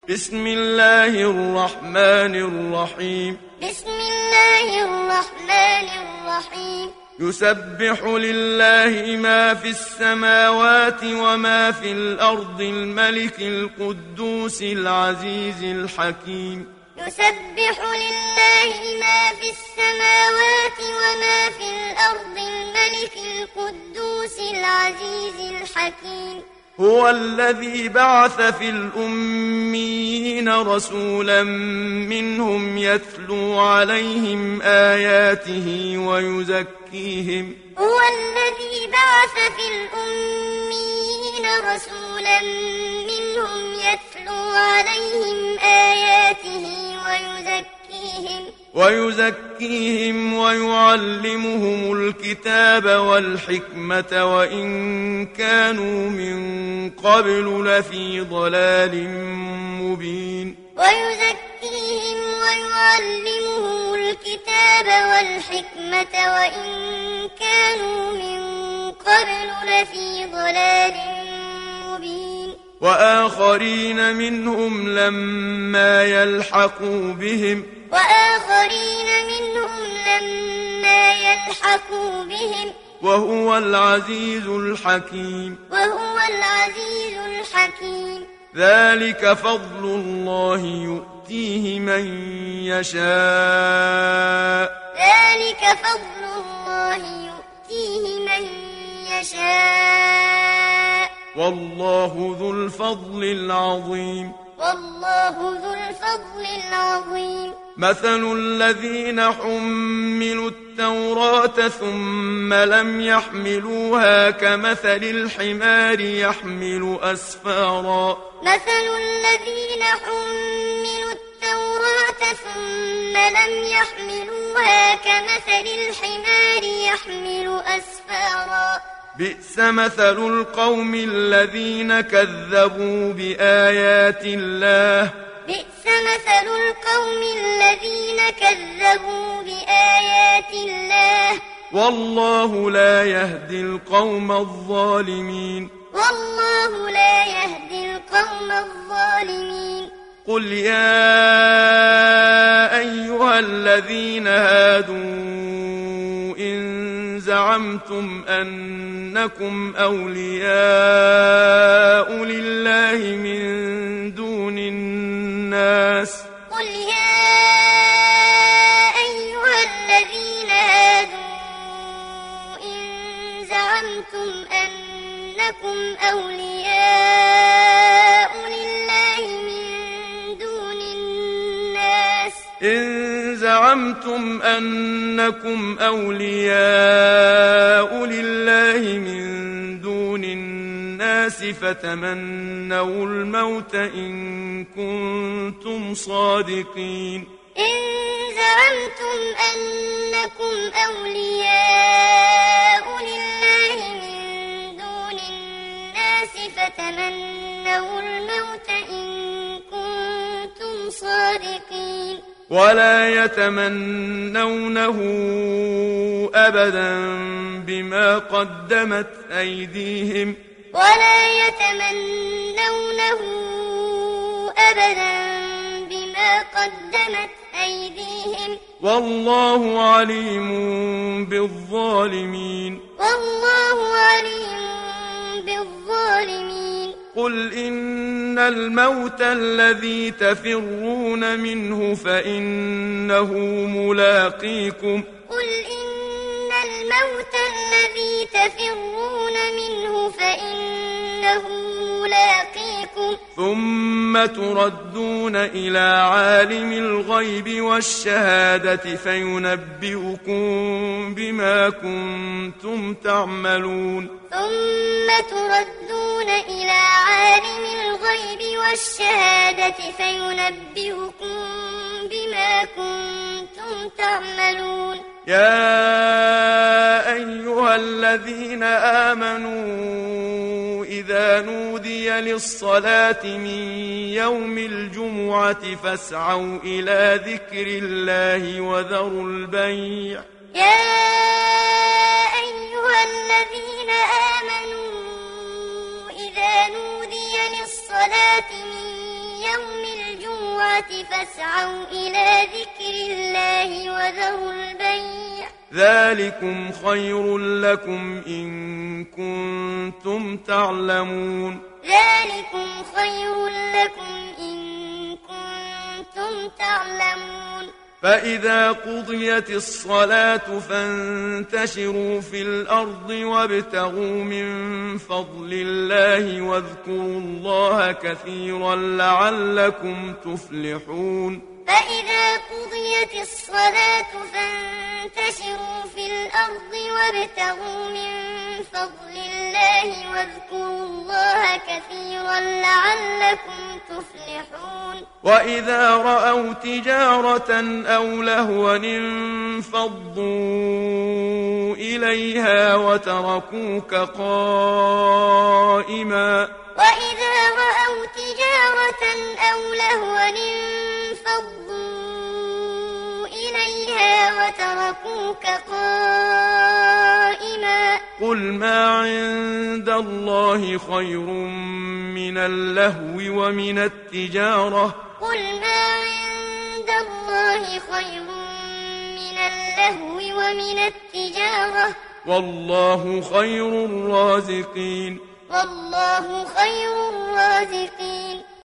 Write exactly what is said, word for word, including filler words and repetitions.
بسم الله الرحمن الرحيم بسم الله الرحمن الرحيم يسبح لله ما في السماوات وما في الأرض الملك القدوس العزيز الحكيم يسبح لله ما في السماوات وما في الأرض الملك القدوس العزيز الحكيم هو الذي بعث في الأميين رسولا منهم يتلو عليهم آياته ويزكيهم هو الذي بعث في الأميين رسولا منهم يتلو عليهم آياته ويزكيهم ويزكيهم ويعلمهم الكتاب والحكمة وإن كانوا من قبل لفي ضلال مبين ويزكيهم ويعلمهم الكتاب والحكمة وإن كانوا من قبل لفي ضلال مبين وآخرين منهم لما يلحقوا بهم وآخرين منهم لما يلحقوا بهم وهو العزيز الحكيم وهو العزيز الحكيم ذلك فضل الله يؤتيه من يشاء ذلك فضل الله يؤتيه من يشاء والله ذو الفضل العظيم والله ذو الفضل العظيم مثل الذين حملوا التوراة ثم لم يحملوها كمثل الحمار يحمل أسفارا مثل الذين حملوا التوراة ثم لم يحملوها كمثل الحمار يحمل أسفارا بئس مثل القوم الذين كذبوا بآيات الله بئس مثل القوم الذين كذبوا بآيات الله والله لا يهدي القوم الظالمين والله لا يهدي القوم الظالمين قل يا أيها الذين هادوا إن زعمتم أنكم أولياء لله من دون الناس قل يا أيها الذين هادوا إن زعمتم أنكم أولياء لله من دون الناس إن زعمتم أنكم أولياء لله من دون الناس فتمنوا الموت إن كنتم صادقين إن زعمتم أنكم أولياء لله من دون الناس فتمنوا الموت إن كنتم صادقين ولا يتمنونه أبدا بما قدمت أيديهم ولا يتمنونه أبدا بما قدمت أيديهم والله عليم بالظالمين والله عليم بالظالمين قل إن الموت الذي تفرون منه فإنه ملاقيكم قل إن الموت الذي تفرون منه فإنه ملاقيكم ثم تردون إلى عالم الغيب والشهادة فينبئكم بما كنتم تعملون ثم تردون إلى عالم الغيب والشهادة فينبئكم بما كنتم تعملون يا أيها الذين آمنوا إذا نودي للصلاة من يوم الجمعة فاسعوا إلى ذكر الله وذروا البيع يا أيها الذين آمنوا إذا نودي للصلاة من يوم الجمعة الجمعة فاسعوا إلى ذكر الله وذروا البيع ذلكم خير لكم إن كنتم تعلمون ذلكم خير لكم إن كنتم تعلمون فإذا قضيت الصلاة فانتشروا في الأرض وابتغوا من فضل الله واذكروا الله كثيرا لعلكم تفلحون فإذا قضيت الصلاة فانتشروا في الأرض وابتغوا من فضل الله واذكروا الله كثيرا لعلكم تفلحون وإذا رأوا تجارة أو لهوا انفضوا إليها وتركوك قائما وإذا رأوا تجارة أو لهوا انفضوا إليها وتركوك قائما قل ما عند الله خير من اللهو ومن التجارة قل ما عند الله خير من اللهو ومن التجارة والله خير الرازقين والله خير الرازقين